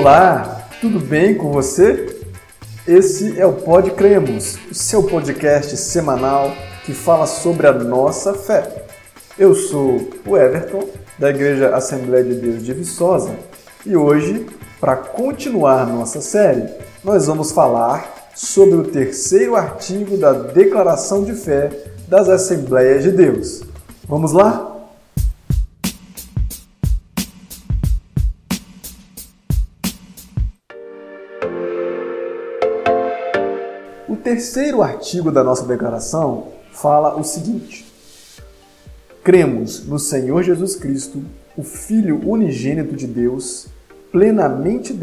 Olá, tudo bem com você? Esse é o Pod Cremos, o seu podcast semanal que fala sobre a nossa fé. Eu sou o Everton, da Igreja Assembleia de Deus de Viçosa, e hoje, para continuar nossa série, nós vamos falar sobre o terceiro artigo da Declaração de Fé das Assembleias de Deus. Vamos lá? O terceiro artigo da nossa declaração fala o seguinte: cremos no Senhor Jesus Cristo, o Filho unigênito de Deus, plenamente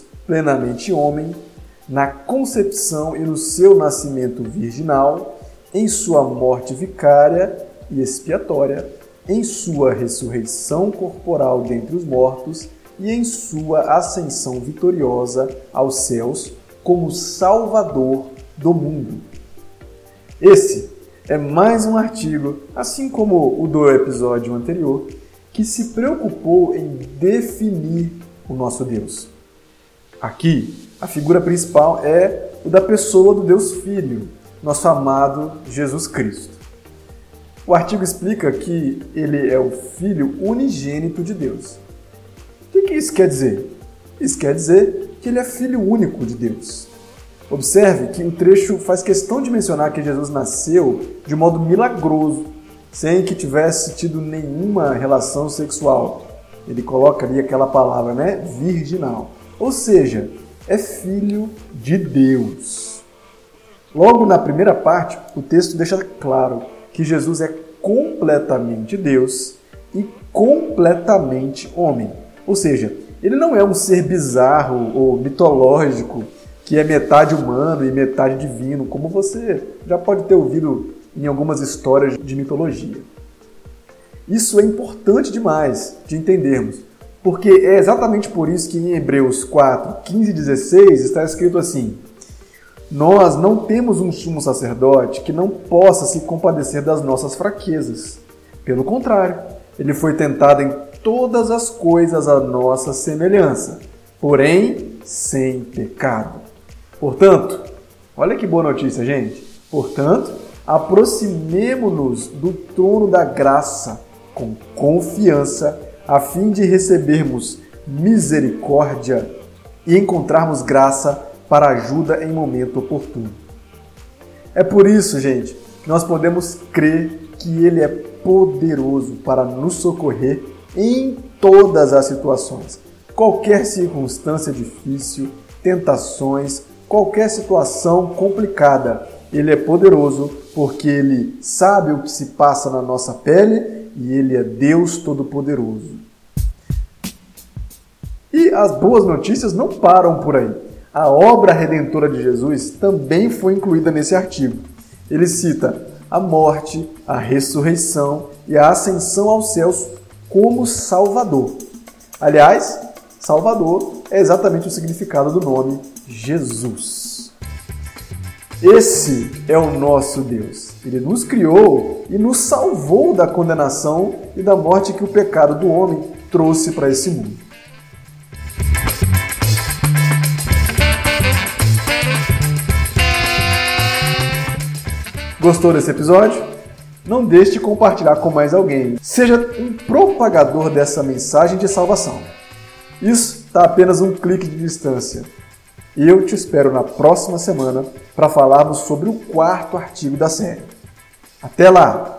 homem, na concepção e no seu nascimento virginal, em sua morte vicária e expiatória, em sua ressurreição corporal dentre os mortos e em sua ascensão vitoriosa aos céus como Salvador do mundo. Esse é mais um artigo, assim como o do episódio anterior, que se preocupou em definir o nosso Deus. Aqui, a figura principal é o da pessoa do Deus Filho, nosso amado Jesus Cristo. O artigo explica que ele é o Filho unigênito de Deus. O que isso quer dizer? Isso quer dizer que ele é Filho único de Deus. Observe que o trecho faz questão de mencionar que Jesus nasceu de modo milagroso, sem que tivesse tido nenhuma relação sexual. Ele coloca ali aquela palavra, virginal. Ou seja, é filho de Deus. Logo na primeira parte, o texto deixa claro que Jesus é completamente Deus e completamente homem. Ou seja, ele não é um ser bizarro ou mitológico que é metade humano e metade divino, como você já pode ter ouvido em algumas histórias de mitologia. Isso é importante demais de entendermos, porque é exatamente por isso que em Hebreus 4, 15 e 16 está escrito assim: nós não temos um sumo sacerdote que não possa se compadecer das nossas fraquezas. Pelo contrário, ele foi tentado em todas as coisas à nossa semelhança, porém sem pecado. Portanto, olha que boa notícia, gente. Portanto, aproximemo-nos do trono da graça com confiança, a fim de recebermos misericórdia e encontrarmos graça para ajuda em momento oportuno. É por isso, gente, que nós podemos crer que Ele é poderoso para nos socorrer em todas as situações. Qualquer circunstância difícil, tentações, qualquer situação complicada, Ele é poderoso porque Ele sabe o que se passa na nossa pele e Ele é Deus Todo-Poderoso. E as boas notícias não param por aí. A obra redentora de Jesus também foi incluída nesse artigo. Ele cita a morte, a ressurreição e a ascensão aos céus como Salvador. Aliás, Salvador é exatamente o significado do nome Jesus. Esse é o nosso Deus. Ele nos criou e nos salvou da condenação e da morte que o pecado do homem trouxe para esse mundo. Gostou desse episódio? Não deixe de compartilhar com mais alguém. Seja um propagador dessa mensagem de salvação. Isso está a apenas um clique de distância. E eu te espero na próxima semana para falarmos sobre o quarto artigo da série. Até lá!